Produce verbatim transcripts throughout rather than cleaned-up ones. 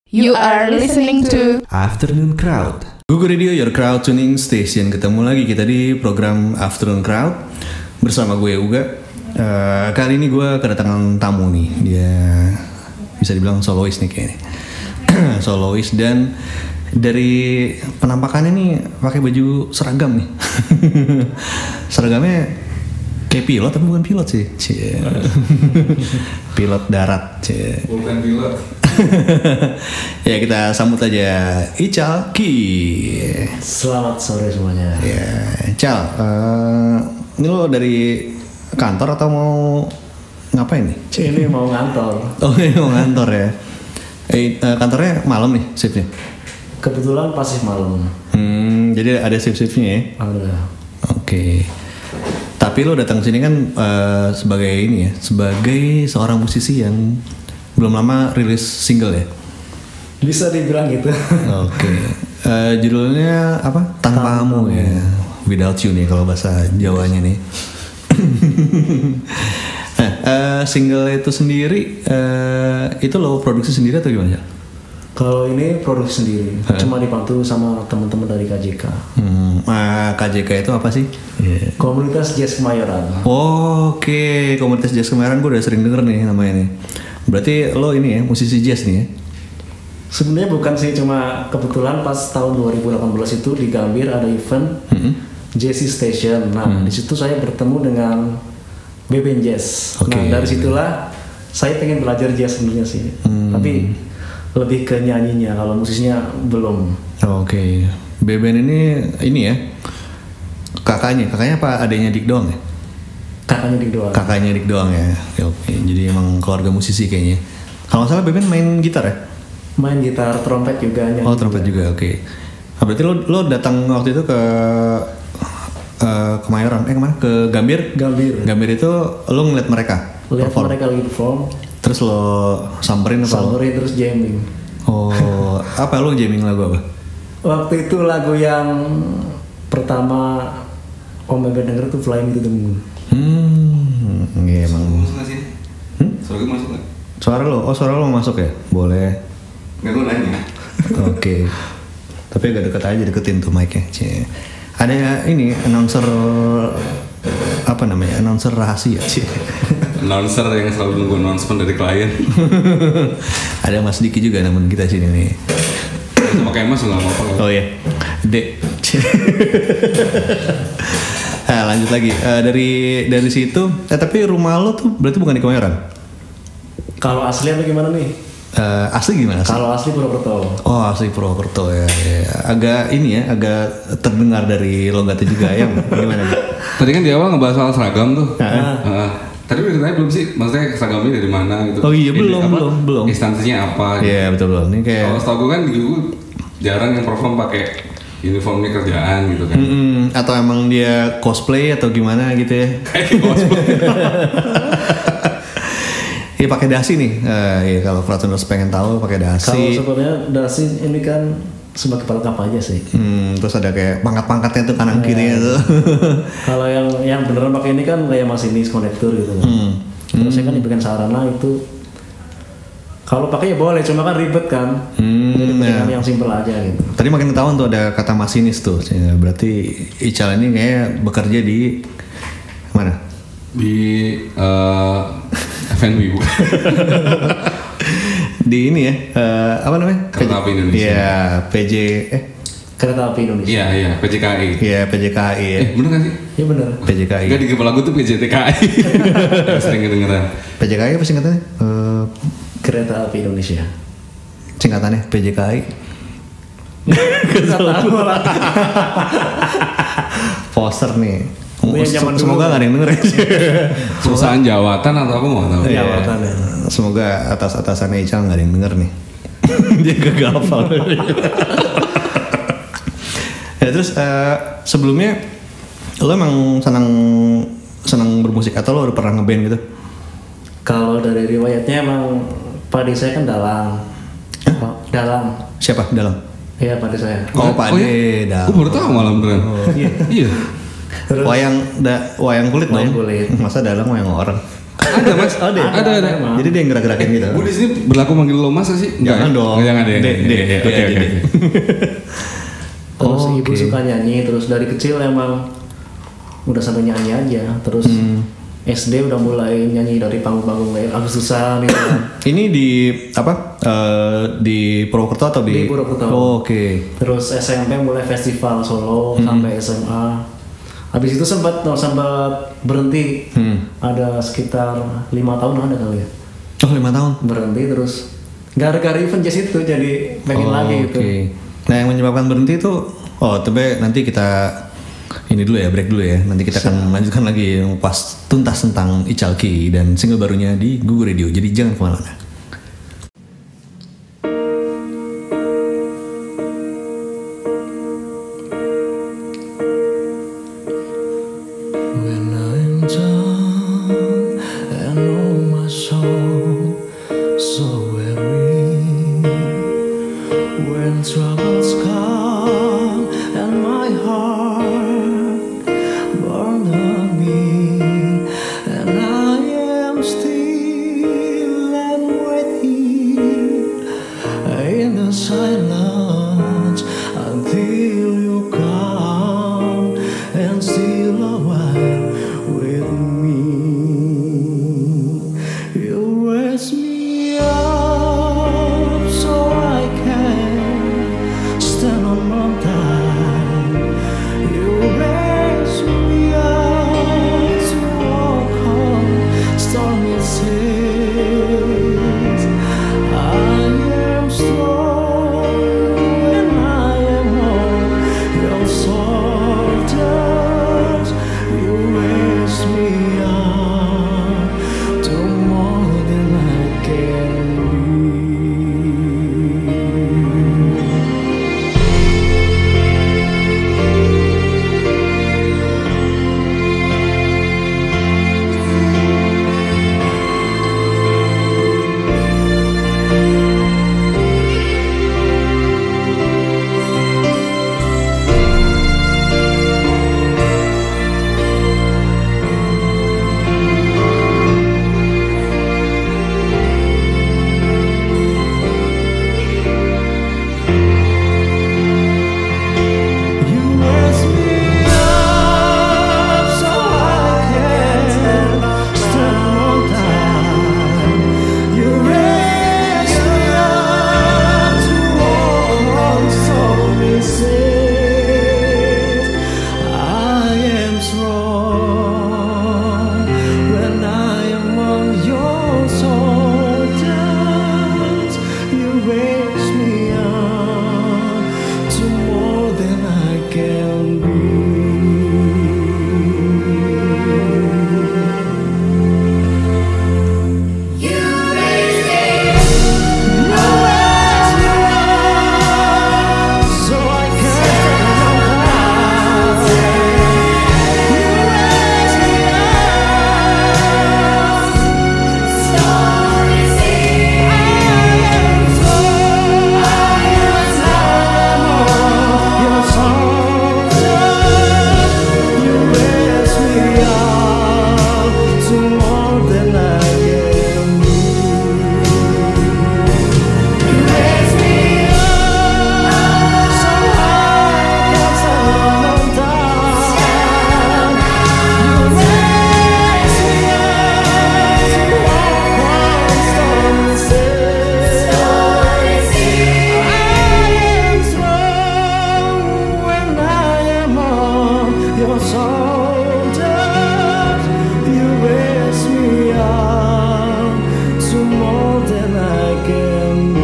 You are listening to Afternoon Crowd. Google Radio, your crowd tuning station. Ketemu lagi kita di program Afternoon Crowd bersama gue Uga. Uh, kali ini gue kedatangan tamu nih. Dia bisa dibilang soloist nih kayaknya. Soloist, dan dari penampakannya nih pakai baju seragam nih. Seragamnya kayak pilot tapi bukan pilot sih. Cie. Pilot darat. Cie. Bukan pilot. Ya, kita sambut aja Ical Ki. Selamat sore semuanya. Ya, Cal, uh, ini lo dari kantor atau mau ngapain nih? Ini mau ngantor. Oh, ini mau ngantor ya. Eh, uh, kantornya malam nih shiftnya? Kebetulan pasif malam. Hmm, jadi ada shift-shiftnya ya? Ada. Oke. Tapi lo datang sini kan uh, sebagai ini ya, sebagai seorang musisi yang belum lama rilis single ya? Bisa dibilang gitu. Oke. Uh, judulnya apa? Tanpamu ya. Without You nih kalau bahasa Jawanya nih. Nah, uh, single itu sendiri uh, itu lo produksi sendiri atau gimana? Kalau ini produksi sendiri, Hah? cuma dibantu sama teman-teman dari K J K. Hmm, uh, K J K itu apa sih? Yeah. Komunitas Jazz Kemayoran. Oh, oke, okay. Komunitas Jazz Kemayoran gue udah sering denger nih namanya nih. Berarti lo ini ya, musisi jazz nih ya? Sebenarnya bukan sih, cuma kebetulan pas tahun dua ribu delapan belas itu di Gambir ada event Mm-hmm. Jazzy Station. Nah, Hmm. di situ saya bertemu dengan band Jazz. Oke. Nah, dari situlah saya pengen belajar jazz sebenarnya sih. Hmm. Tapi lebih ke nyanyinya, kalau musisinya belum. Oh, oke, okay. Beben ini ini ya, kakaknya, kakaknya apa adanya Dik doang ya? Kakaknya Dik doang. Kakaknya Dik doang ya. Ya, oke, okay. Jadi emang keluarga musisi kayaknya. Kalau nggak salah Beben main gitar ya? Main gitar, trompet juga. Nyanyi Oh, trompet juga, oke. Okay. Nah, berarti lo lo datang waktu itu ke uh, Kemayoran, eh kemana? Ke Gambir? Gambir. Gambir itu lo ngeliat mereka Lihat perform? mereka lagi perform, Terus lo samperin apa? lo? samperin terus jamming. Oh, apa lo jamming lagu apa? Waktu itu lagu yang pertama Om Beben denger tuh Flying to the Moon. Hmm, iya emang. Masuk nggak sih? Hmm? Suara gue masuk nggak? Suara lo, oh suara lo masuk ya? Boleh. Nggak, gue nanya. Oke. Tapi agak deket aja, deketin tuh mic-nya. Cie. Ada ini announcer apa namanya? Announcer rahasia. Cie. Announcer yang selalu nunggu announcement dari klien. Ada Mas Diki juga namun kita sini nih. Sama kayak Mas nggak apa-apa. Oh iya. Dek. Cie. Nah, lanjut lagi. Uh, dari dari situ, eh tapi rumah lo tuh berarti bukan di Kemayoran? Kalau asli apa gimana nih? Uh, asli gimana sih? Kalau asli Purwokerto. Oh, asli Purwokerto ya, ya. Agak ini ya, agak terdengar dari logatnya juga ya. Gimana? Tadi kan di awal ngebahas soal seragam tuh. Heeh. Heeh. Tadi udah ditanya belum sih? Maksudnya seragamnya dari mana gitu? Oh iya, Ini belum, apa? belum, belum. Instansinya apa? gitu. Iya, betul betul. Ini kayak Kalau setahu gue kan di gue jarang yang perform pakai uniform ini kerjaan gitu kan. Mm-mm. Atau emang dia cosplay atau gimana gitu ya? Kayak cosplay. Iya pakai dasi nih. Uh, iya kalau Fratuners pengen tahu pakai Kalau dasi. sebenarnya dasi ini kan sebagai pelengkap aja sih. Hmm, terus ada kayak pangkat-pangkatnya tuh kanan Iya. kirinya tuh. Kalau yang yang beneran pakai ini kan kayak masinis konektor gitu kan. Hmm. Terus saya kan dibikin sarana itu. Kalau pakai ya boleh, cuma kan ribet kan. Hmm, Jadi ya. yang simpel aja gitu. Tadi makin ketahuan tuh ada kata masinis tuh. Ya, berarti Ical ini kayak bekerja di mana? Di uh, F and B bukan? Di ini ya, eh, apa namanya? Kereta Api Indonesia. Iya, P J eh Kereta Api Indonesia. Iya iya P J K I. iya P J K I ya. Eh bener gak sih? Iya bener. P J K I. Enggak, di kepala gue tuh P J T K I. Yang sering kedengeran. P J K I apa singkatannya? Eh, Kereta Api Indonesia. singkatannya P J K I. Nggak tahu lah. Poster nih. Itu yang zaman dulu. Semoga nggak ada yang denger ya. Perusahaan jawatan atau apa mau tahu? Iya. Iya. Jawatan ya. Semoga atas-atasannya Ical nggak ada yang denger nih. Dia gagal hafal. Ya terus eh, sebelumnya lo emang senang senang bermusik atau lo udah pernah ngeband gitu? Kalau dari riwayatnya emang padi saya kan dalang. Pak, dalang. Siapa dalam? Iya padi saya. Oh, Pak oh, De, iya? dalam. Gue baru tahu malam beneran. Iya. Iya. Terus Wayang da, wayang kulit Wayang dong. kulit. Masa dalam wayang orang? Ada mas, Ada, ya? ada, ada. emang. Jadi dia yang gerak-gerakin gitu. Bu di sini berlaku manggil lo mas gak sih? Jangan ya? dong. Oh, jangan deh. Dek, dek, Oke, dek, oke, dek. oke. Terus Oh, ibu oke. suka nyanyi, terus dari kecil emang udah sampai nyanyi aja. Terus Hmm. S D udah mulai nyanyi dari panggung-panggung kayak Agustusan itu kan. Ini di apa? Eh, di Purwokerto atau di? Di Purwokerto. Oh, oke. Terus S M P mulai festival solo sampai S M A. Habis itu sempat sempat berhenti. Hmm. Ada sekitar lima tahun ada kali ya. Oh, lima tahun. Berhenti terus gara-gara event jazz itu jadi pengen Oh, lagi gitu. oke. Nah, yang menyebabkan berhenti itu, oh, tapi nanti kita ini dulu ya, break dulu ya. Nanti kita akan lanjutkan lagi yang pas tuntas tentang Icalki dan single barunya di Google Radio. Jadi jangan kemana-mana. When I'm down and oh my soul so weary, when troubles come and my heart burns on me, and I am still and waiting in the silence until you come and steal a while with me. You raise me up so I can stand on mountain. You raise me up to walk on stormy seas. I am strong when I am on your shoulders. You raise me up to more than I can be. You raise me up so I can stand on time. You raise me up to walk on stormy seas. I am strong when I am on your shoulders. You raise me up to more than I can be. You raise me up so I can stand on time. You raise me up, stormy sea. I am strong, I am strong. Your shoulders, you raise me up to more than I can be. You raise me up so I can stand on time. You raise me up to walk on stormy seas. I am strong when I am on your shoulders. You raise me up to more than I can be.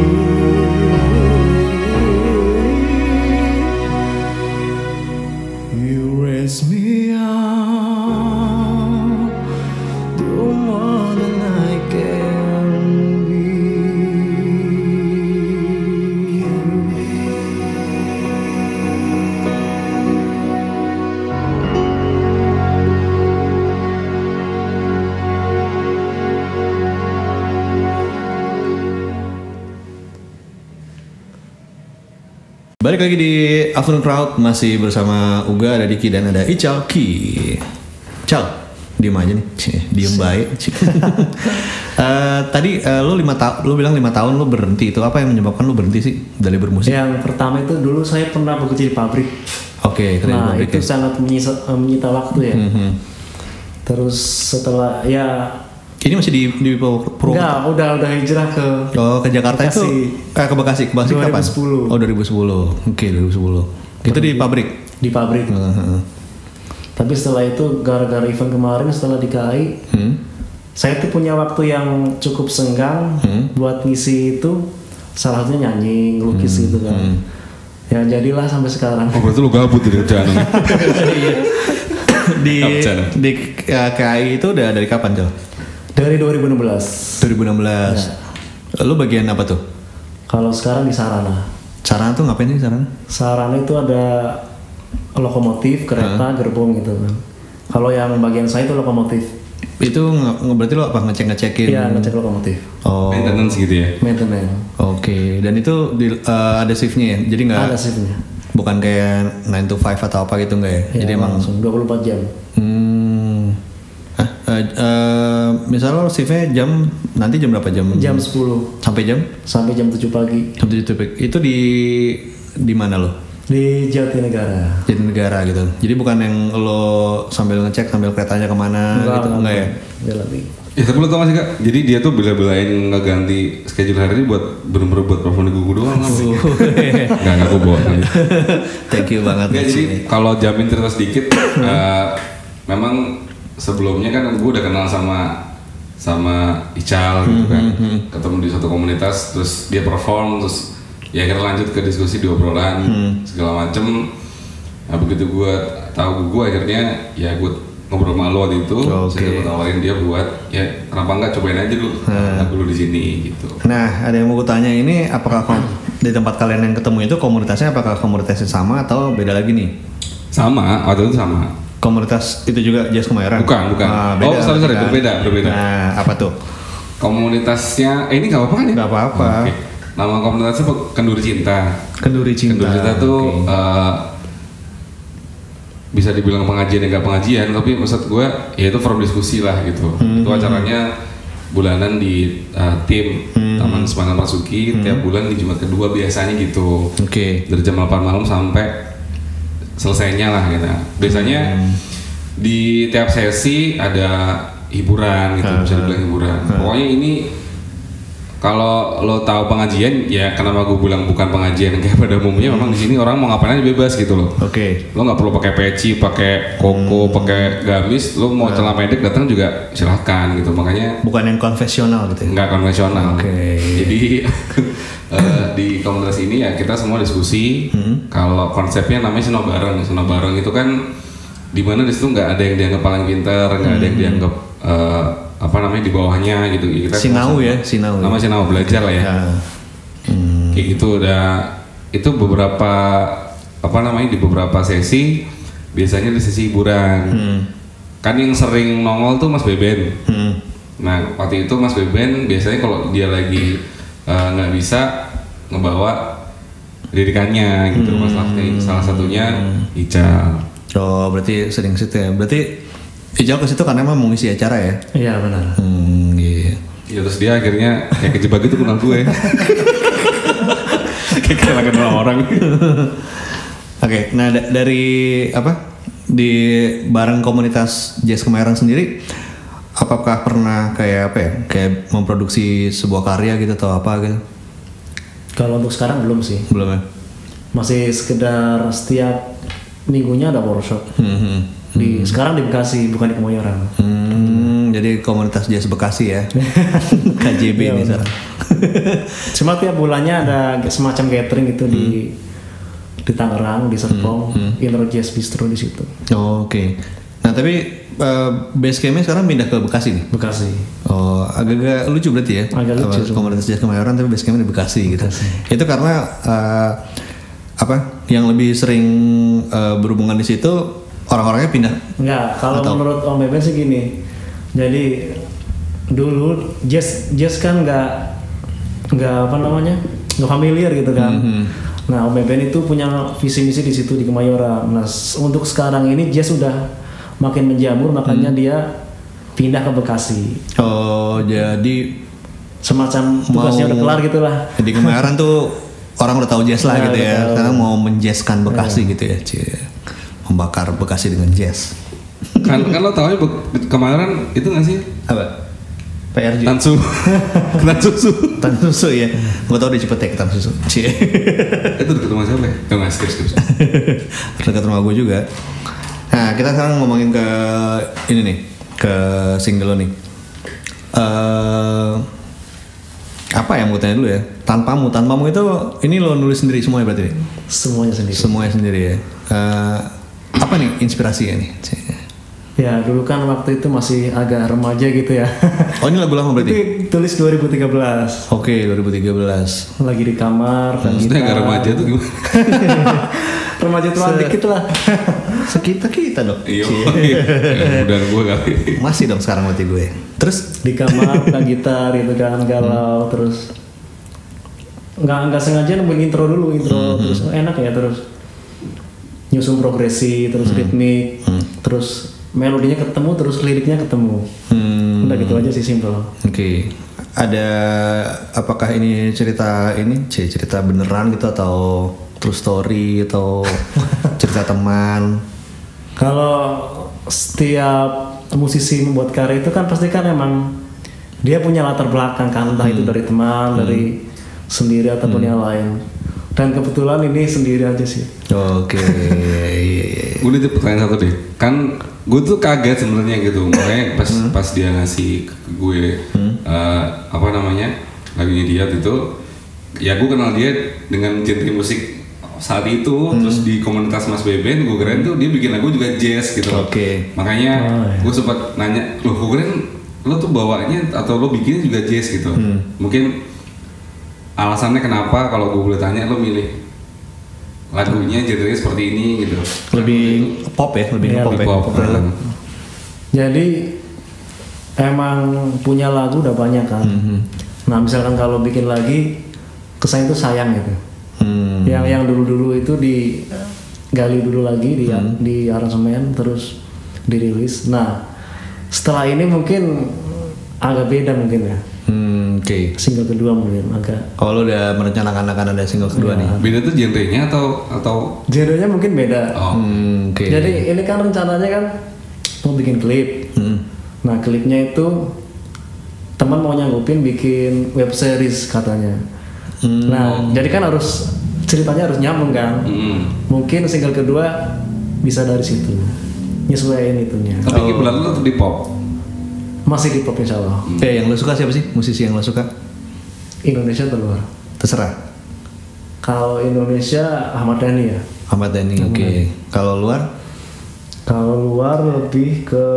You raise me up to more than I can be. Balik lagi di Afternoon Crowd, masih bersama Uga, ada Diki dan ada Icalki. Cal, Diem aja nih, Cih, diem baik. uh, tadi uh, lu lima tahun, lu bilang lima tahun lu berhenti, itu apa yang menyebabkan lu berhenti sih dari bermusik? Yang pertama itu dulu saya pernah bekerja di pabrik. Oke, okay, nah pabrik itu ya? sangat menyita, menyita waktu ya. Mm-hmm. Terus setelah ya. Ini masih di di Purwokerto? Enggak, udah udah hijrah ke. Oh ke Jakarta Bekasi. itu? Eh ke Bekasi, ke Bekasi dua ribu kapan? sepuluh. Oh dua ribu sepuluh, oke okay, dua ribu sepuluh. Itu di pabrik? Di pabrik. Uh-huh. Tapi setelah itu gara-gara event kemarin setelah di K A I, hmm? saya tuh punya waktu yang cukup senggang hmm? buat ngisi itu, salah satunya nyanyi, ngelukis hmm. gitu kan. Hmm. Ya jadilah sampai sekarang. Oh berarti lu gabut di kerjaan. di di uh, K A I itu udah dari kapan Jal? Dari dua ribu enam belas. dua ribu enam belas. Ya. Lu bagian apa tuh? Kalau sekarang di Sarana. Sarana tuh ngapain sih Sarana? Sarana itu ada lokomotif, kereta, huh? gerbong gitu kan. Kalau yang bagian saya itu lokomotif. Itu nge- berarti lo apa ngecek-ngecekin? Iya, ngecek lokomotif. Oh. Maintenance gitu ya? Maintenance. Oke, okay. Dan itu di, uh, ada shiftnya ya? Jadi nggak? Ada shiftnya. Bukan kayak nine to five atau apa gitu nggak ya? Ya? Jadi emang langsung dua puluh empat jam. Hmm. Ah, uh, uh, misalnya lo shiftnya jam nanti jam berapa jam? Jam sepuluh. Sampai jam? Sampai jam tujuh pagi. Jam tujuh pagi. Itu di di mana lo? Di Jatinegara. Jatinegara gitu. Jadi bukan yang lo sambil ngecek sambil keretanya kemana enggak, gitu enggak ya? Jalan. Ya tapi lo tau gak sih kak? Jadi dia tuh bela-belain ngeganti schedule hari ini buat bener-bener buat perform di Gugu doang kan? Enggak, enggak gue bawa. Thank you banget. Nggak, jadi kalau jamin cerita sedikit, uh, memang sebelumnya kan gue udah kenal sama sama Ical gitu kan, ketemu di suatu komunitas, terus dia perform, terus ya kita lanjut ke diskusi di obrolan hmm. segala macem. Nah begitu gue tahu gue akhirnya ya gue ngobrol sama lo waktu itu, oh, okay. Saya gue tawarin dia buat ya kenapa enggak cobain aja dulu, hmm. dulu di sini gitu. Nah ada yang mau gue tanya ini, apakah di tempat kalian yang ketemu itu komunitasnya apakah komunitasnya sama atau beda lagi nih? Sama, waktu itu sama. Komunitas itu juga Jazz Kemayoran? Bukan, bukan. Ah, beda, oh sorry sorry berbeda berbeda. Nah apa tuh? Komunitasnya, eh, ini nggak apa-apa kan ya? Nggak apa-apa. Oh, okay. Nama komunitasnya Kenduri Cinta. Kenduri Cinta. Kenduri Cinta tuh okay. uh, bisa dibilang pengajian ya nggak pengajian, tapi maksud gue ya itu forum diskusi lah gitu. Hmm. Itu acaranya bulanan di uh, tim hmm. Taman Semangat Masuki hmm. tiap bulan di Jumat kedua biasanya gitu. Oke. Okay. Dari jam delapan malam sampai selesainya lah gitu. Biasanya hmm. di tiap sesi ada hiburan gitu, uh, bisa dibilang hiburan. Uh, Pokoknya ini kalau lo tahu pengajian, ya kenapa gue bilang bukan pengajian kayak pada umumnya, memang di sini orang mau ngapain aja bebas gitu loh. Oke. Okay. Lo nggak perlu pakai peci, pakai koko, hmm. pakai gamis. Lo mau celana pendek datang juga silahkan gitu. Makanya bukan yang konvensional gitu. Ya? Nggak konvensional. Oke. Okay. Jadi uh, di komunitas ini ya kita semua diskusi. Hmm. Kalau konsepnya namanya Seno Bareng. Seno Bareng itu kan dimana di situ nggak ada yang dianggap paling pintar, nggak hmm. ada yang dianggap uh, apa namanya di bawahnya gitu. Kita sinau ya, sinau. Nama sinau belajar lah ya. ya. Hmm. Kayak gitu udah itu beberapa apa namanya di beberapa sesi biasanya di sesi hiburan. Hmm. Kan yang sering nongol tuh Mas Beben. Hmm. Nah waktu itu Mas Beben biasanya kalau dia lagi nggak uh, bisa ngebawa didikannya gitu. Hmm. Masalahnya salah satunya Ical. Oh berarti sering situ ya. Berarti Ical ke situ karena emang mau ngisi acara ya? Iya benar. Hmm, iya. Ya terus dia akhirnya kayak kejebak gitu kenal gue. Kayak kenal kenal orang. Oke, okay, nah da- dari apa di bareng komunitas Jazz Kemayoran sendiri, apakah pernah kayak apa ya, kayak memproduksi sebuah karya gitu atau apa gitu? Kalau untuk sekarang belum sih. Belum ya? Masih sekedar setiap minggunya ada workshop. Hmm. Di hmm. sekarang di Bekasi bukan di Kemayoran. Hmm, jadi komunitas Jazz Bekasi ya. K J B nih sekarang. Cuma tiap bulannya ada semacam gathering gitu hmm. di di Tangerang, di Serpong, hmm. hmm. Inner Jazz Bistro di situ. Oh, oke. Okay. Nah, tapi uh, base camp-nya sekarang pindah ke Bekasi nih. Bekasi. Oh, agak-agak lucu berarti ya. Agak lucu. Komunitas Jazz Kemayoran tapi base camp-nya di Bekasi, Bekasi gitu. Itu karena uh, apa? Yang lebih sering uh, berhubungan di situ orang-orangnya pindah? Enggak, kalau atau? Menurut Om Beben sih gini. Jadi dulu jazz jazz kan nggak nggak apa namanya nggak familiar gitu kan. Mm-hmm. Nah Om Beben itu punya visi misi di situ di Kemayoran. Nah untuk sekarang ini jazz sudah makin menjamur, makanya mm. dia pindah ke Bekasi. Oh, jadi Semacam tugasnya Mau- udah kelar gitulah. jadi kemarin tuh orang udah tahu jazz lah Ya, gitu udah ya. tahu. Sekarang mau menjazzkan Bekasi gitu ya, Cie. Membakar Bekasi dengan jazz. Kan kan lo tahu kemarin itu nggak sih? Apa? P R J. Tansu, ketan susu. Tan susu ya. Gue tau di Cipete ketan susu. Cie. Itu dekat rumah siapa ya? Tuh nggak skip skip. Dekat rumah gue juga. Nah, kita sekarang ngomongin ke ini nih, ke single lo nih. Eh apa yang mau tanya dulu ya? Tanpamu, tanpamu itu ini lo nulis sendiri semuanya berarti? Semuanya sendiri. Semuanya sendiri ya. Eh apa nih inspirasinya nih? Cie. Ya dulu kan waktu itu masih agak remaja gitu ya. Oh ini lagu lama berarti? Itu tulis dua ribu tiga belas. Oke, dua ribu tiga belas. Lagi di kamar dan Maksudnya nggak remaja tuh gimana? Remaja tua Se- dikit lah. Sekitar kita dong. Iya, Cie. udah gue kali. Masih dong sekarang berarti gue. Terus Di kamar pegang gitar gitu kan, galau terus nggak nggak sengaja nemuin intro dulu intro terus oh, enak ya terus nyusun progresi terus ritmik terus melodinya ketemu terus liriknya ketemu. hmm, Udah gitu aja sih simple. Oke. Ada apakah ini cerita ini C, cerita beneran gitu atau true story atau cerita teman? Kalau setiap musisi membuat karya itu kan pasti kan emang dia punya latar belakang kan entah itu dari teman, dari sendiri ataupun yang lain. Dan kebetulan ini sendiri aja sih. Oke. Iya, iya. Gue nitip pertanyaan satu deh. Kan gue tuh kaget sebenarnya gitu. Makanya pas pas dia ngasih ke gue eh, apa namanya lagunya dia itu, ya gue kenal dia dengan genre musik saat itu. Terus di komunitas Mas Beben, gue keren tuh dia bikin lagu juga jazz gitu. Oke. Makanya Oh, iya. gue sempat nanya, loh gue keren lo tuh bawanya atau lo bikinnya juga jazz gitu. Mungkin alasannya kenapa kalau gue boleh tanya lo milih lagunya genre seperti ini gitu. Lebih pop ya, lebih Iya, pop ya. Pop. Pop. Jadi emang punya lagu udah banyak kan. Nah misalkan kalau bikin lagi kesannya itu sayang gitu. Hmm. Yang yang dulu-dulu itu digali dulu lagi di di aransemen terus dirilis. Nah setelah ini mungkin agak beda mungkin ya. Hmm, Oke. Single kedua mungkin agak Kalau lo udah merencanakan akan ada single kedua nih. Beda tuh genrenya atau atau genrenya mungkin beda. oh Hmm, Oke. Jadi ini kan rencananya kan mau bikin klip. Hmm. Nah klipnya itu teman mau nyanggupin bikin web series katanya. Hmm. Nah jadi kan harus ceritanya harus nyambung kan. mm. Mungkin single kedua bisa dari situ nyesuaiin itunya. Tapi kiblat lo tetap di pop. Masih di pop insya Allah. Eh, yang lo suka siapa sih? Musisi yang lo suka? Indonesia atau luar? Terserah. Kalau Indonesia Ahmad Dhani ya. Ahmad Dhani. Oke. Kalau luar? Kalau luar lebih ke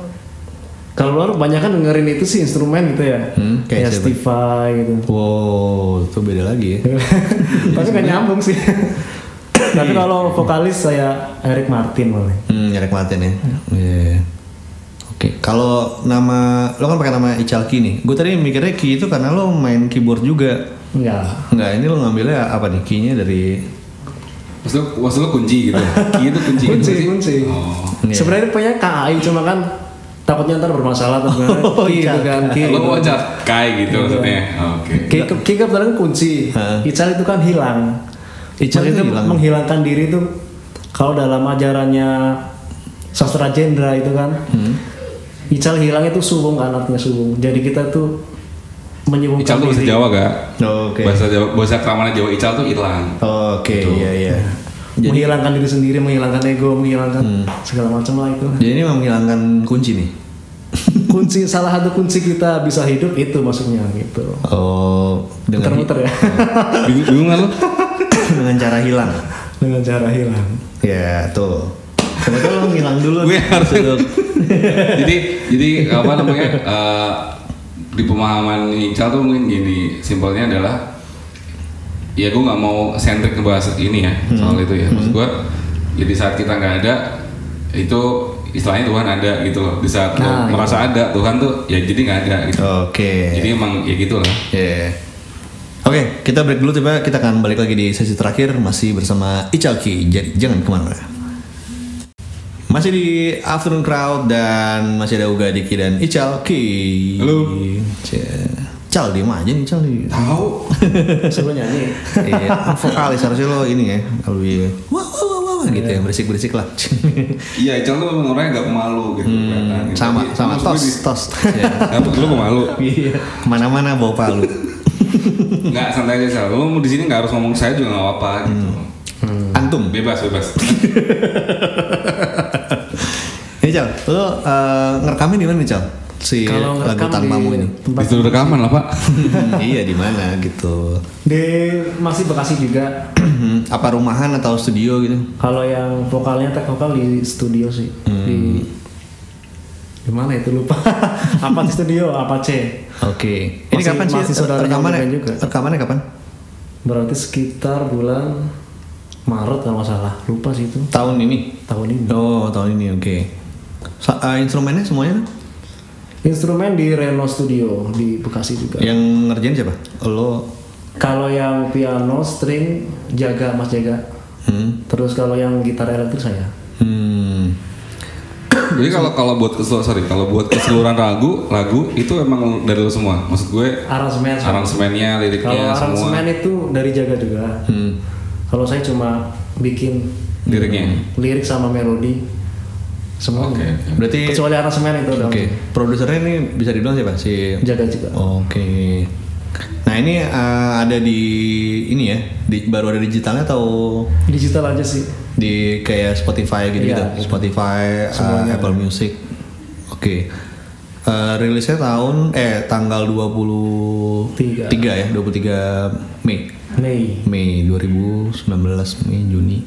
kalau luar banyak kan dengerin itu sih instrumen gitu ya. Hmm, kayak Kayak siapa? Stify gitu. Wow, itu beda lagi ya. Tapi nggak nyambung sih. Tapi kalau vokalis saya Eric Martin boleh. Hmm, Eric Martin ya. Iya. Oke, kalau nama lo kan pakai nama Icalki nih. Gue tadi mikirnya Ki itu karena lo main keyboard juga. Enggak. Enggak, ini lo ngambilnya apa nih? Key-nya dari Maksud lo, maksud lo kunci gitu. Ki itu kunci. gitu Kunci, sih? kunci. Oh. Iya. Sebenarnya punya K A I cuma kan takutnya ntar bermasalah atau gimana. Oh, Ki iya. itu kan Ki. Lo mau cap kai gitu maksudnya. Oke. Ki Ki kan sebenarnya kunci. Hah? Ical itu kan hilang. Ical Maksudnya itu hilang. menghilangkan diri itu kalau dalam ajarannya sastra Jendra itu kan. Ical hilang itu subung kan artinya subung. Jadi kita tuh menyibungkan Ical tuh bahasa diri. Jawa gak? Oke. Bahasa Jawa, bahasa keramanan Jawa Ical tuh hilang. Oke, Gitu. iya iya. Jadi, Menghilangkan diri sendiri, menghilangkan ego, menghilangkan segala macam lah itu. jadi ini memang menghilangkan kunci nih. Kunci salah satu kunci kita bisa hidup itu maksudnya gitu. Oh, dengan Muter-muter ya. Bingung, bingung kan lo? dengan cara hilang. Dengan cara hilang. Ya, tuh. Coba lo ngilang dulu. Gue nih. harus- Tuh. jadi jadi apa namanya eh, di pemahaman Ical tuh mungkin gini, simpelnya adalah ya gue nggak mau sentrik ngebahas ini ya soal itu ya. Maksud gue jadi saat kita nggak ada itu istilahnya Tuhan ada gitu loh. Di saat lo Nah, merasa ada Tuhan tuh ya jadi nggak ada gitu. Oke. Jadi emang ya gitu lah. Ya. Oke, kita break dulu tiba kita akan balik lagi di sesi terakhir masih bersama Icalki. Jadi jangan kemana-mana. Masih di Afternoon Crowd dan masih ada Uga, Diki dan Ical Ki. Halo. Cal, diem aja nih Cal nih. Tahu. Suruh nyanyi. Iya, vokalis harusnya lo ini ya, lebih wah wah wah wah gitu ya, berisik-berisik lah. Iya, Ical tuh memang orangnya gak pemalu gitu. Hmm, Gitu. sama Tapi, sama maksud tos gue di- tos. Ya. Apa lu pemalu? Iya, kemana-mana bawa palu. Nggak, santai aja Sal. Lu mau di sini nggak harus ngomong saya juga nggak apa-apa gitu. Antum. Bebas, bebas. Ini Cal, lo uh, ngerekamnya di mana nih Cal? Si Kalau lagu ngerekam Tanpamu di ini. tempat Itu rekaman lah Pak. Iya di mana gitu? di masih Bekasi juga. Apa rumahan atau studio gitu? Kalau yang vokalnya tag vokal di studio sih. Di di mana itu lupa. Apa di studio? Apa C? Oke. Ini Masih- kapan sih masih saudaranya rekamannya? Band juga. Rekamannya kapan? Berarti sekitar bulan Maret kalau nggak salah. Lupa sih itu. Tahun ini. Tahun ini. Oh tahun ini oke. Sa- uh, instrumennya semuanya? Instrumen di Reno Studio di Bekasi juga. Yang ngerjain siapa? Lo. Kalau yang piano, string, Jaga Mas Jaga. Hmm. Terus kalau yang gitar elektrik saya. Hmm. Jadi kalau kalau buat kesel- sorry kalau buat keseluruhan lagu lagu itu emang dari lu semua. Maksud gue Aransemen. aransemennya, Kalau liriknya semua, aransemen itu dari Jaga juga. Hmm. Kalau saya cuma bikin liriknya. lirik sama melodi semua. Oke. Berarti. Kecuali aransemen itu Oke. doang. Produsernya ini bisa dibilang siapa si? Jaga juga. Oke. Nah ini uh, ada di ini ya, di, baru ada digitalnya atau Digital aja sih. di kayak Spotify gitu gitu, Iya, gitu. Spotify, uh, Semuanya Apple Music. Oke. Uh, rilisnya tahun eh tanggal dua puluh tiga ya, dua puluh tiga Mei. Mei. Mei dua ribu sembilan belas, Mei Juni.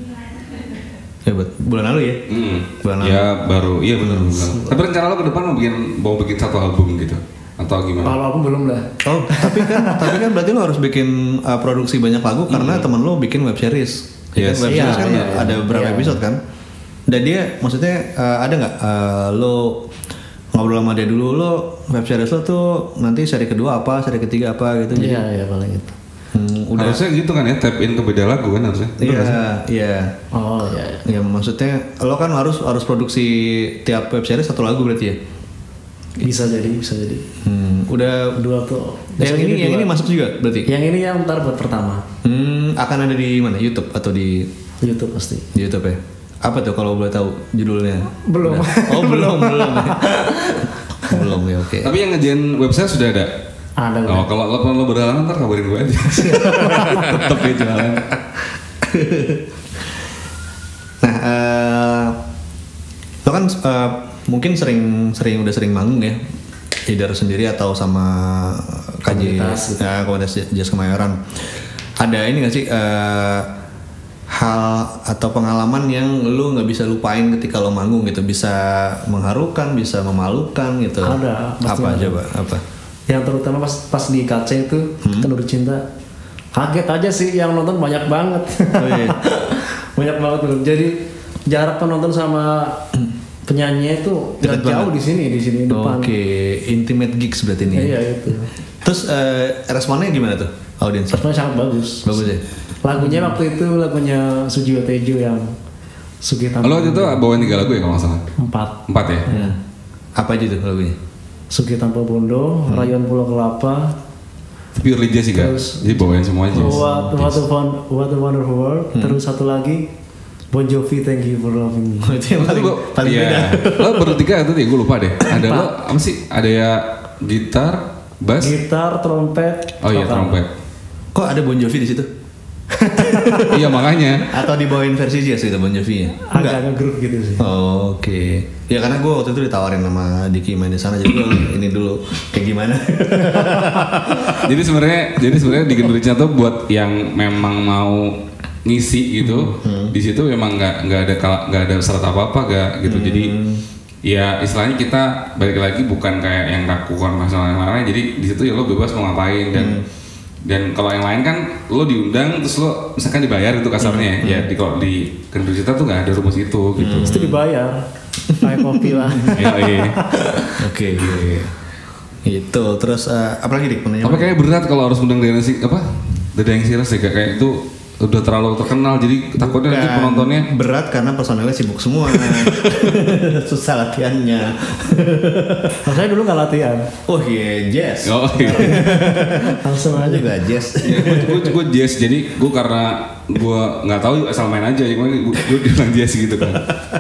Ya buat bulan lalu ya. Hmm. Bulan lalu. Ya baru, iya benar benar. Tapi rencana lo ke depan mau bikin mau bikin satu album gitu atau gimana? Kalau aku belum lah. Oh, tapi kan tapi kan berarti lo harus bikin uh, produksi banyak lagu karena temen lo bikin web series. Ya Yes. kan, web Iya, series kan iya, ada iya. berapa Iya. episode kan? Dan dia maksudnya uh, ada nggak uh, lo ngobrol sama dia dulu, lo web series lo tuh nanti seri kedua apa, seri ketiga apa gitu. Jadi Iya, iya paling itu. hmm, udah Harusnya gitu kan ya, tap in ke beda lagu kan harusnya. Bener nggak sih? iya, iya. Oh iya. iya. Ya maksudnya lo kan harus harus produksi tiap web series satu lagu berarti ya. Bisa jadi, bisa jadi. Hmm, udah Dua tuh. yang Bisa ini jadi yang dua. ini masuk juga berarti. Yang ini yang ntar buat pertama. Hmm, akan ada di mana? YouTube atau di YouTube pasti. di YouTube ya? Apa tuh kalau boleh tahu judulnya? Belum. Udah. Oh belum belum. ya. belum ya oke. Tapi yang ngejain website sudah ada. Ada Oh, kalau lo kalau lo berhalangan ntar kabarin gue aja. Tetep ya jalan. Nah, eh, lo kan eh, mungkin sering sering udah sering manggung ya, either sendiri atau sama K J Komunitas gitu. ya, komunitas Jazz Kemayoran. Ada ini nggak sih eh, hal atau pengalaman yang lu nggak bisa lupain ketika lo manggung gitu, bisa mengharukan, bisa memalukan gitu? Ada, pasti Apa ada. coba? Apa? Yang terutama pas pas di K C itu Kenduri Cinta. Kaget aja sih yang nonton banyak banget. Oh, iya. banyak banget bro. Jadi jarak penonton sama penyanyi itu Dekat nggak jauh banget. di sini di sini depan. Oke, intimate gigs berarti ini. Iya itu. Terus eh, responnya gimana tuh audiens? Responnya sangat bagus. Bagus ya. Lagunya waktu itu lagunya Sujiwo Tejo yang Sugita. Lo waktu itu bawain tiga lagu ya kalau nggak salah. empat. Empat ya. Ya. Apa aja tuh lagunya? Sugi Tanpa Bondo, Rayon Pulau Kelapa, Purely jazz sih kan. Terus- Jadi bawain semua jazz. What, what, a Won- What a Wonderful World, terus satu lagi Bon Jovi Thank You for Loving Me. Itu yang Tapi paling, gua- paling iya. beda. Lo bertiga itu gue lupa deh. Ada lo apa sih? Ada ya gitar, bass. Gitar, trompet, Oh iya vokal. trompet. Kok ada Bon Jovi di situ? Iya makanya. Atau dibawain versi jazz gitu Bon Jovi-nya? Agak nge-groove gitu sih. Oh, Oke. Ya karena gue waktu itu ditawarin sama Diki main di sana, jadi gue ini dulu kayak gimana? Jadi sebenarnya jadi sebenarnya di Kenduri Cinta tuh buat yang memang mau ngisi gitu. Di situ memang nggak nggak ada kala- nggak ada syarat apa apa gak gitu. Jadi ya istilahnya kita balik lagi bukan kayak yang kaku konvensional yang lain. Jadi di situ ya lo bebas mau ngapain dan dan kalau yang lain kan lo diundang terus lo misalkan dibayar itu kasarnya ya di kalau di Kenduri Cinta tuh nggak ada rumus itu gitu. Terus itu dibayar, kayak kopi lah. Ya, iya. Oke. Itu terus eh, apa lagi Dik? Menanya Apa kayak berat kalau harus undang dengan si apa? The Dying Cirrus ya kayak itu udah terlalu terkenal jadi takutnya nanti Bukan. penontonnya berat karena personelnya sibuk semua. Susah latihannya. Nah, saya dulu nggak latihan, Oh iya, jazz. oh iya. langsung Saya aja. juga jazz. Ya, gue gue jazz jadi gue karena gue nggak tahu asal main aja ya gue gue bilang jazz gitu kan.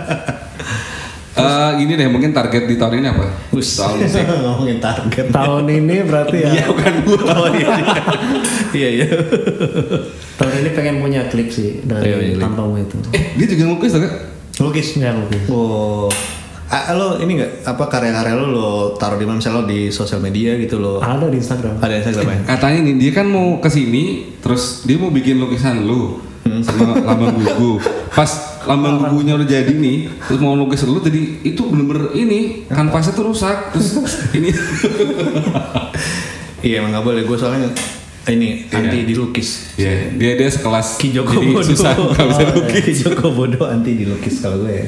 Eh gini deh mungkin target di tahun ini apa? Soal musik. Ngomongin target. Tahun ini berarti ya. Iya bukan gue. Oh iya. Iya iya. Tahun ini pengen punya klip sih Iya, dari iya, klip. Tanpamu itu. Eh dia juga ngelukis kan? Lukis. Ya mungkin. Oh. Ah, lo ini nggak apa karya-karya lo lo taruh di mana misalnya lo di sosial media gitu lo. Ada di Instagram. Ada Instagramnya. Katanya nih dia kan mau kesini terus dia mau bikin lukisan lu sama lambang gugu. Pas lambang gugunya udah jadi nih terus mau lukis lu jadi itu bener-bener ini kanvasnya tuh rusak terus ini. Iya emang nggak boleh gue soalnya ini Iya. anti dilukis. Iya dia dia sekelas Ki Joko jadi Bodo. susah nggak bisa lukis. Ki Joko Bodo anti dilukis kalau gue.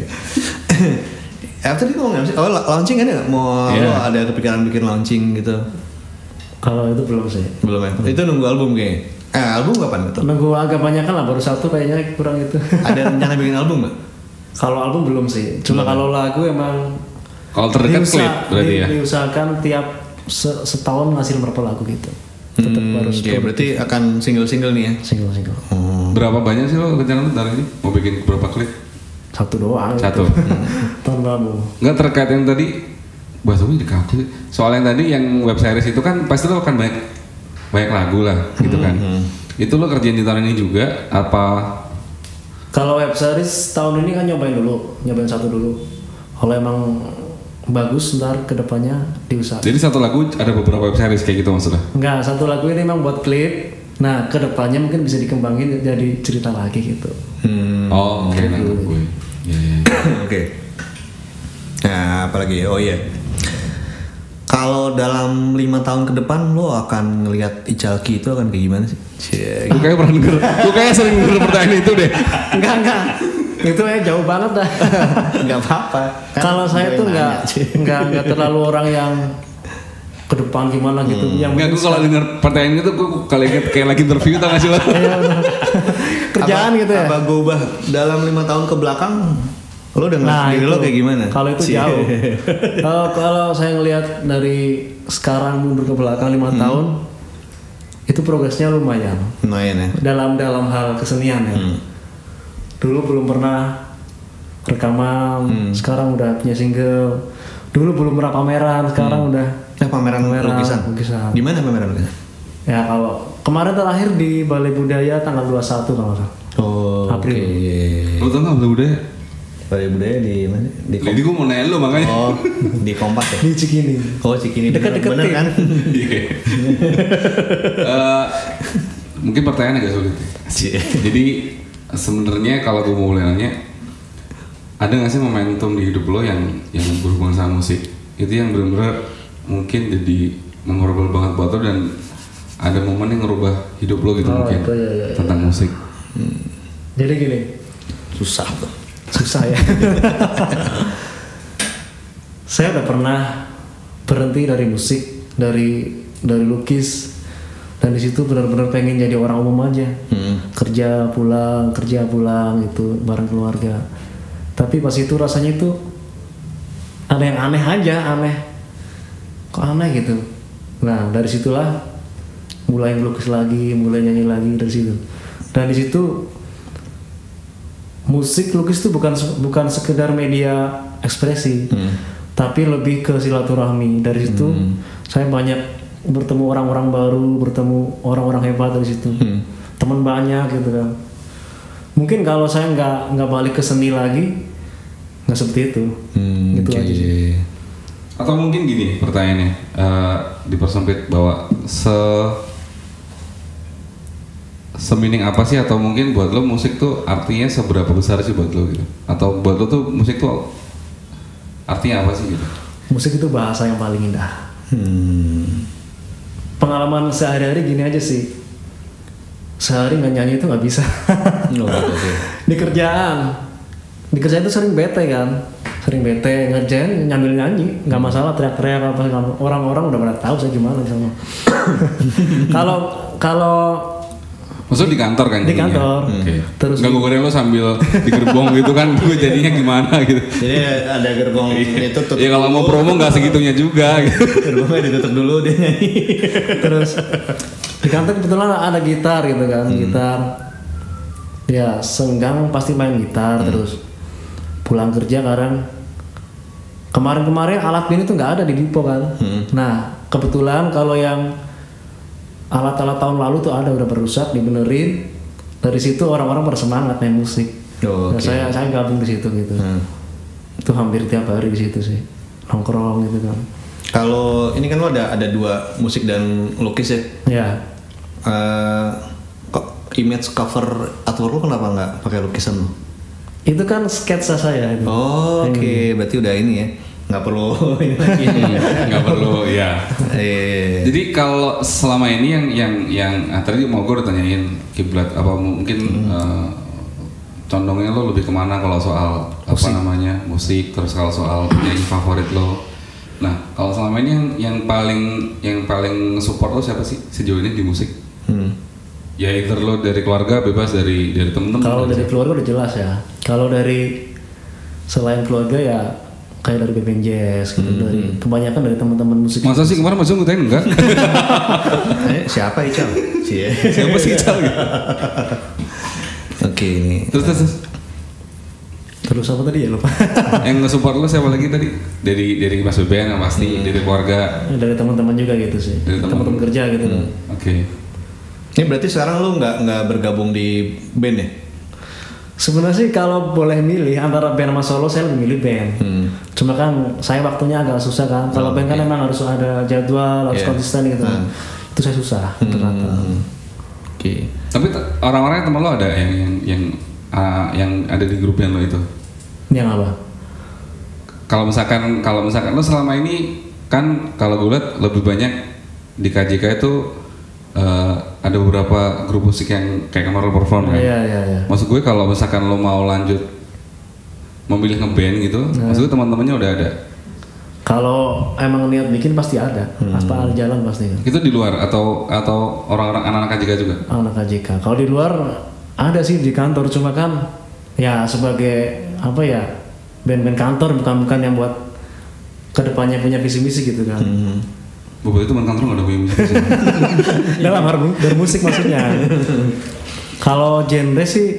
Eh tadi ngomong apa sih? Oh la- launching kan ya? Mau Iya. lo ada kepikiran bikin launching gitu? Kalau itu belum sih. Belum ya? Itu nunggu album kayaknya. Eh album kapan itu? Nunggu agak banyak kan lah, baru satu kayaknya kurang itu. Ada rencana bikin album nggak? Kalau album belum sih. Cuma kalau lagu emang Kalau terdekat diusa- klip berarti di- ya. diusahakan tiap se- setahun ngasih berapa lagu gitu. Tetap Hmm, harus oke, berarti akan single-single nih ya? single-single. Berapa banyak sih lo rencana lo dari ini mau bikin berapa klip? Satu doang. Satu. Gitu. Tahun lalu. Nggak terkait yang tadi bahasanya di kaku sih. Soal yang tadi yang web series itu kan pasti lo akan banyak banyak lagu lah gitu kan. Itu lo kerjain di tahun ini juga apa? Kalau web series tahun ini kan nyobain dulu, nyobain satu dulu. Kalau emang bagus ntar kedepannya diusahakan. Jadi satu lagu ada beberapa web series kayak gitu maksudnya? Enggak, satu lagu ini emang buat klip. Nah, kedepannya mungkin bisa dikembangin jadi cerita lagi gitu. Hmm, Oh oke nangkep gue. Iya iya. oke. Nah, apalagi? Oh iya. Kalau dalam lima tahun ke depan lo akan ngelihat Icalki itu akan kayak gimana sih? Cie. Gue kayak pernah denger, gue kayak sering denger pertanyaan itu deh. Enggak, enggak. Itu ya jauh banget dah. Nggak apa-apa. Kan Kalau saya gue tuh yang enggak nanya, Cie. enggak enggak terlalu orang yang ke depan gimana gitu. Yang Enggak, penting gue kalau denger pertanyaan itu gue kalau inget kayak lagi interview tau gak sih lo? Iya, benar. kerjaan Apa- gitu ya. Apa gue ubah dalam lima tahun ke belakang? Lo udah ngeliat diri lo kayak gimana? Kalau itu Cie. jauh. Kalau kalau saya ngelihat dari sekarang mundur ke belakang lima tahun, itu progresnya lumayan. Lumayan ya. Dalam dalam hal kesenian ya. Hmm. Dulu belum pernah rekaman, Hmm. sekarang udah punya single. Dulu belum pernah pameran, sekarang udah Eh pameran, Pameran lukisan. lukisan. Di mana pameran lukisan? ya kalau kemarin terakhir di Balai Budaya tanggal dua puluh satu kalau nggak salah. Oh, April. oke. Lo tau gak udah udah? Balai Budaya di mana? Di Jadi gue mau nanya lo makanya. Oh, di Kompas ya? Di Cikini. Oh, Cikini. Deket-deketin. Bener kan? Iya. Eh, mungkin pertanyaan agak sulit. ya. Cie. Jadi sebenarnya kalau gue mau mulai nanya, ada nggak sih momentum di hidup lo yang yang berhubungan sama musik? Itu yang benar-benar mungkin jadi memorable banget buat lo dan ada momen yang ngerubah hidup lo gitu Oh, mungkin itu ya, ya, ya. tentang musik. Jadi gini, Susah tuh. susah ya. Saya udah pernah berhenti dari musik, dari dari lukis, dan di situ benar-benar pengen jadi orang umum aja. Hmm. Kerja pulang, kerja pulang itu bareng keluarga. Tapi pas itu rasanya itu ada yang aneh aja, aneh. Kok aneh gitu. Nah dari situlah mulai melukis lagi, mulai nyanyi lagi dari situ. Dan di situ musik lukis itu bukan bukan sekedar media ekspresi, tapi lebih ke silaturahmi. Dari situ saya banyak bertemu orang-orang baru, bertemu orang-orang hebat dari situ, teman banyak gitu kan. Mungkin kalau saya nggak nggak balik ke seni lagi, nggak seperti itu. Hmm, Gitu oke. aja sih. Atau mungkin gini pertanyaannya, eh, dipersempit bahwa se semining apa sih atau mungkin buat lo musik tuh artinya seberapa besar sih buat lo gitu? Atau buat lo tuh musik tuh artinya apa sih gitu? Musik itu bahasa yang paling indah. Hmm. Pengalaman sehari-hari gini aja sih. Sehari nggak nyanyi itu nggak bisa. Oh, oke. Di kerjaan, di kerjaan itu sering bete kan, sering bete ngerjain nyambil nyanyi, nggak masalah teriak-teriak apa segala. Orang-orang udah pada tahu saya gimana sama. Kalau kalau Maksudnya di kantor kan? Di jadinya? kantor. Oke. Terus Nggak gue kira lo sambil di gerbong gitu kan, gue jadinya gimana gitu. Jadi ada gerbong itu tutup. Ya kalau mau promo nggak segitunya juga. Gitu. Gerbongnya ditutup dulu dia nyanyi. terus di kantor kebetulan ada gitar gitu kan, Hmm. gitar. Ya senggang pasti main gitar, Hmm. terus pulang kerja kadang kemarin-kemarin alat band itu nggak ada di Dipo kan. Hmm. Nah kebetulan kalau yang alat-alat tahun lalu tuh ada udah berusak dibenerin. Dari situ orang-orang bersemangat main musik. Oh, Nah, oke. saya saya gabung di situ gitu. Hmm. Itu hampir tiap hari di situ sih nongkrong gitu kan. Kalau ini kan lo ada ada dua musik dan lukis ya. Ya Eh, kok image cover artwork lo kenapa nggak pakai lukisan lo? itu kan sketsa saya itu. Oh, oke, berarti udah ini ya, nggak perlu ini lagi. Nggak perlu, ya. Eh, Jadi kalau selama ini yang yang yang ah, tadi mau gue udah tanyain kiblat apa mungkin eh, condongnya lo lebih kemana kalau soal apa namanya musik, terus kalau soal penyanyi favorit lo. Nah kalau selama ini yang yang paling yang paling support lo siapa sih sejauh ini di musik? hmm. Ya either lo dari keluarga bebas dari dari temen-temen. Kalau dari keluarga udah jelas ya. Kalau dari selain keluarga ya kayak dari band band jazz gitu, dari kebanyakan dari teman-teman musik. Masa sih kemarin Mas Jung ngutain enggak? Eh, siapa Ical? Cie. Siapa sih Ical gitu? Oke ini. Terus terus, terus. Terus apa tadi ya lupa. Yang nge-support lo siapa lagi tadi? Dari dari Mas Beben yang pasti, dari keluarga. dari teman-teman juga gitu sih. Dari teman. Teman-teman kerja gitu kan. Oke. Ini berarti sekarang lu nggak nggak bergabung di band ya? Sebenarnya sih kalau boleh milih antara band sama solo saya lebih milih band. Hmm. Cuma kan saya waktunya agak susah kan. Kalau Oh, band kan oke. emang harus ada jadwal, harus Iya. konsisten gitu kan. Hmm. Itu saya susah ternyata. Hmm. Oke. Tapi t- orang-orang teman lo ada yang yang yang ah, yang ada di grup band lo itu. Yang apa? Kalau misalkan kalau misalkan lo selama ini kan kalau gue lihat lebih banyak di K J K itu eh, ada beberapa grup musik yang kayak kemarin lo perform kan. Iya iya iya. Maksud gue kalau misalkan lo mau lanjut memilih ngeband gitu, maksud gue teman-temannya udah ada. Kalau emang niat bikin pasti ada, pasti ada jalan pasti kan. Itu di luar atau atau orang-orang anak-anak K J K juga? Anak K J K. Kalau di luar ada sih di kantor, cuma kan ya sebagai apa ya band-band kantor bukan bukan yang buat kedepannya punya visi misi gitu kan. Hmm. Beberapa teman kantor nggak ada punya musik. Dalam hal mu- bermusik maksudnya. Kalau genre sih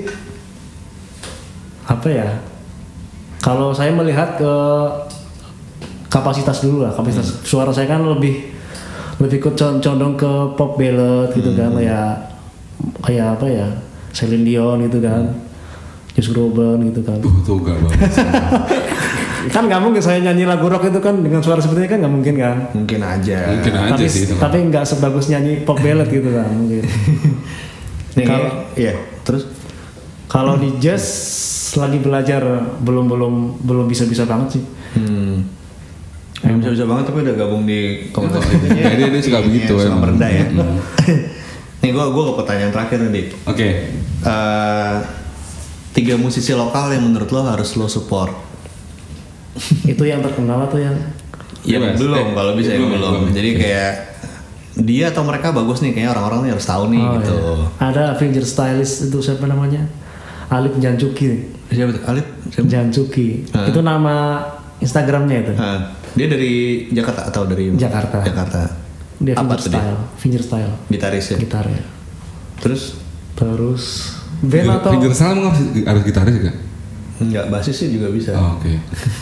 apa ya? Kalau saya melihat ke kapasitas dulu lah, kapasitas suara saya kan lebih lebih ke con- condong ke pop ballad gitu kan, kayak kayak apa ya, Celine Dion gitu kan, Josh Groban gitu kan. Tuh tuh gak banget. Kan nggak mungkin saya nyanyi lagu rock itu kan dengan suara seperti ini kan nggak mungkin kan. Mungkin aja. Mungkin aja tapi sih. teman. tapi nggak sebagus nyanyi pop ballad gitu kan mungkin. Nih, Kalau- iya. Terus Kalau di jazz lagi belajar belum belum belum bisa bisa banget sih. hmm. Yang bisa-bisa banget tapi udah gabung di komunitas itu. Ya, dia, dia suka begitu suka emang. merendah ya. Hmm. Nih gua gua ke pertanyaan terakhir nih, Dik. Oke. Eh, tiga musisi lokal yang menurut lo harus lo support. Itu yang terkenal atau yang Ya Bebas. belum, Eh, kalau bisa ya belum, belum. belum. Jadi kayak dia atau mereka bagus nih, kayaknya orang-orang nih harus tahu nih Oh, gitu. iya. Ada fingerstylist itu siapa namanya? Alip Jancuki. Siapa tuh? Alif? Siapa? Jancuki. Ah. Itu nama Instagramnya itu. Ah, dia dari Jakarta atau dari Jakarta. Jakarta. Dia Apa tuh dia? fingerstyle, fingerstyle Gitaris ya. gitarnya. Terus Terus band atau Finger Salah emang harus, harus gitaris kan? enggak basis sih juga bisa. Oh, Oke.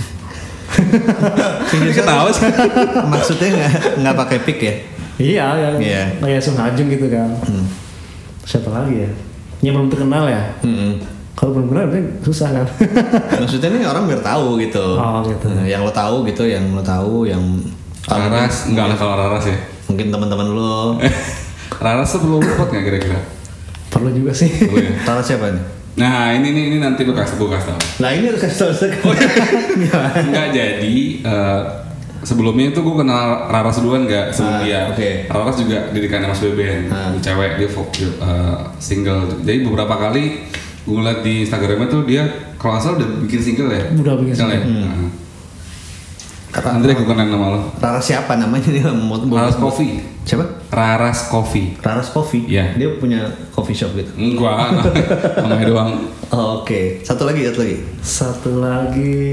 Finger Ketawa sih. Maksudnya nggak nggak pakai pick ya? Iya, yang Iya. kayak Sung Hajung gitu kan. Hmm. Siapa lagi ya? Yang belum terkenal ya. Mm-mm. Kalau belum kenal berarti susah kan. Maksudnya nih orang biar tahu gitu. Oh, gitu. Nah, yang lo tahu gitu, yang lo tahu, yang Raras, enggak lah kalau Raras ya. mungkin teman-teman lo. Raras tuh perlu support nggak kira-kira? Perlu juga sih. Perlu ya? Tahu siapa nih? Nah ini ini, ini nanti lu kasih gue kasih tau. Lah ini harus kasih tahu sekarang. Enggak jadi eh, sebelumnya itu gue kenal Raras duluan nggak sebelum Ah, dia. oke. Raras juga didikannya Mas Beben, Ah. dia cewek dia folk, dia, eh, single. Jadi beberapa kali gue ngeliat di Instagramnya tuh dia kalau nggak salah udah bikin single ya. Udah bikin Single ya? single. Nah. Nanti aku kenal nama lo. Raras siapa namanya dia? Raras Coffee. Siapa? Raras Coffee. Raras Coffee. Iya. Dia punya coffee shop gitu. Enggak, namanya doang. Oh, oke. Okay. Satu lagi, satu lagi. Satu lagi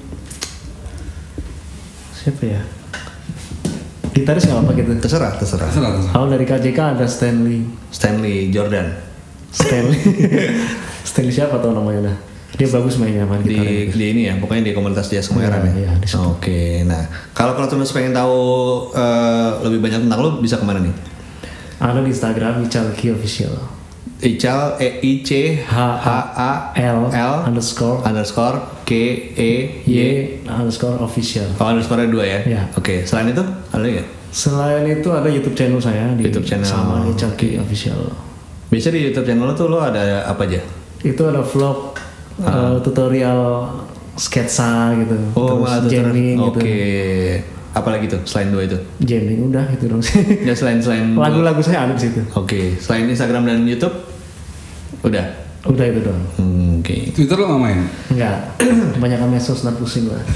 siapa ya? Gitaris nggak apa gitu? Terserah, terserah. Terserah, terserah. Kalau dari K J K ada Stanley. Stanley Jordan. Stanley. Stanley siapa tau namanya dah? Dia bagus mainnya main gitar. Di, di ini ya, pokoknya di komunitas Jazz Kemayoran Iya, ya. iya, di situ. Oke, nah kalau kalau tulis pengen tahu uh, lebih banyak tentang lo bisa kemana nih? Ada di Instagram Ical Ki Official. Ical E I C H A L L underscore underscore K E Y Y underscore official. Oh, underscore dua ya? Iya. Oke, selain itu ada nggak? Selain itu ada YouTube channel saya di YouTube channel. sama Ical Ki Official. Biasa di YouTube channel lo tuh lo ada apa aja? Itu ada vlog, uh, tutorial sketsa gitu, Oh, malah terus tutorial. jamming gitu. Oke. Apalagi tuh selain dua itu? Jamming udah itu dong sih. Ya selain selain Lagu-lagu saya ada di situ. Oke, selain Instagram dan YouTube udah. Udah itu doang. Hmm, Oke. Twitter lo nggak main? Enggak, kebanyakan medsos dan pusing lah.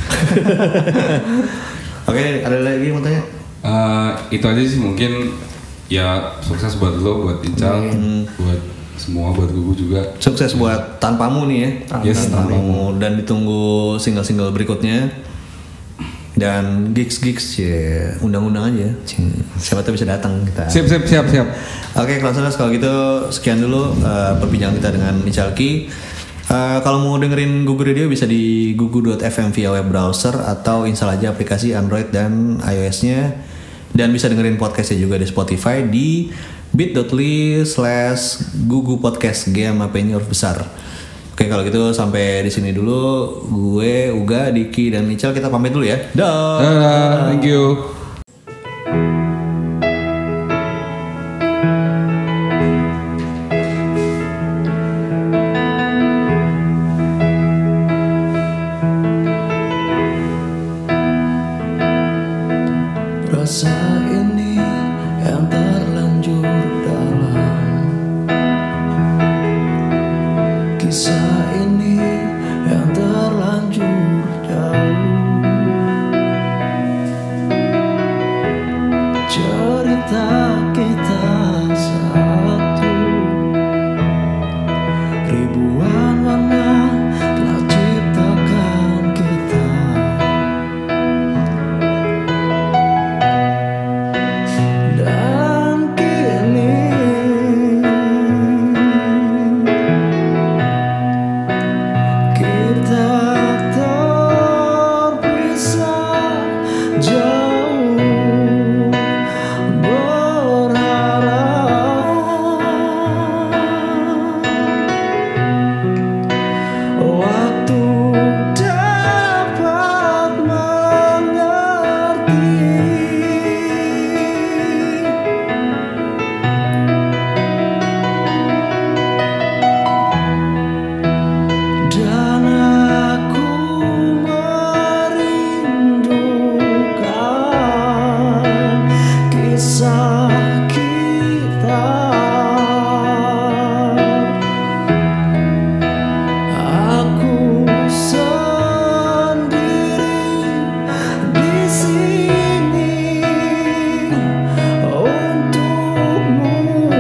Oke, ada lagi yang mau tanya? Eh, itu aja sih mungkin ya sukses buat lo, buat Ical, buat semua, buat Gugu juga. Sukses buat Tanpamu nih ya. Yes, Tanpamu dan ditunggu single-single berikutnya. Dan gigs-gigs ya undang-undang aja. Cing. Siapa tahu bisa datang kita. Siap, siap, siap, siap. Oke, Cloudsters, kalau gitu sekian dulu uh, perbincangan kita dengan Ical Ki. Uh, kalau mau dengerin Gugu Radio bisa di gugu dot f m via web browser atau install aja aplikasi Android dan iOS-nya. Dan bisa dengerin podcastnya juga di Spotify di bit.ly slash gugu podcast game apa ini huruf besar. Oke, kalau gitu sampai di sini dulu. Gue, Uga, Diki, dan Ical kita pamit dulu ya. Dah. Dadah, thank you. Rasa ini yang terlanjur dalam, kisah ini yang terlanjur jauh, cerita kita satu, ribuan warna telah ciptakan kita. Dan kini kita terpisah jauh, berharap waktu dapat mengerti. Dan aku merindukan kisah kita. Aku sendiri di sini untukmu.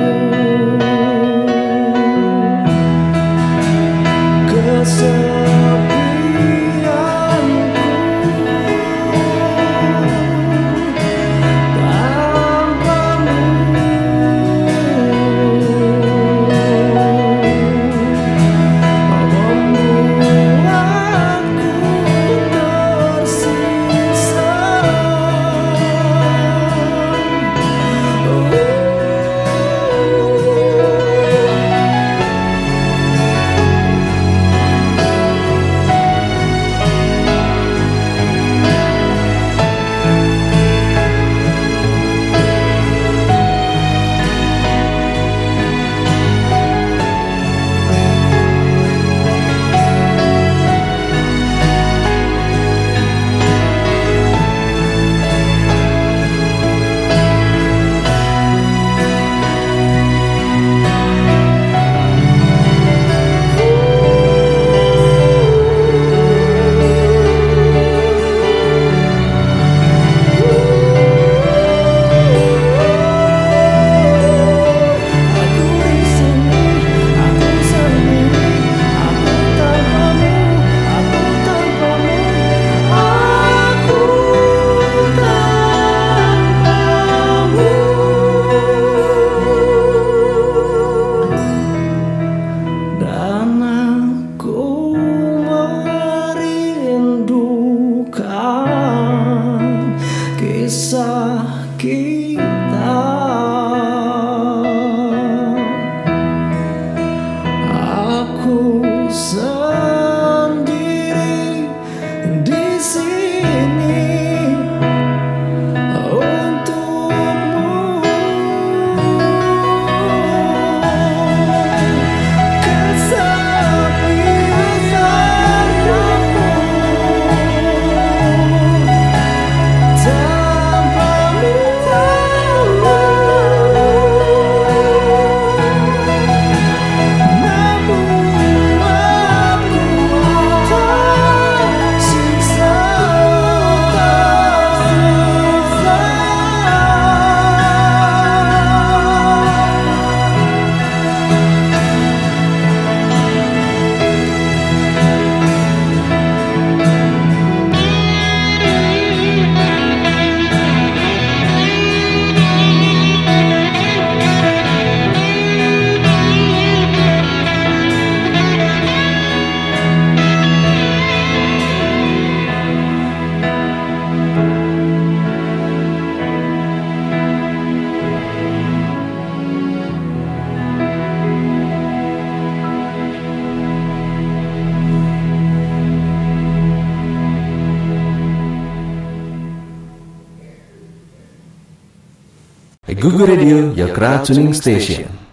Kesepianku aku sendiri di sini untukmu. Kesepian aku tanpamu tahu, membuatku tersiksa. Google Radio, your crowd tuning station.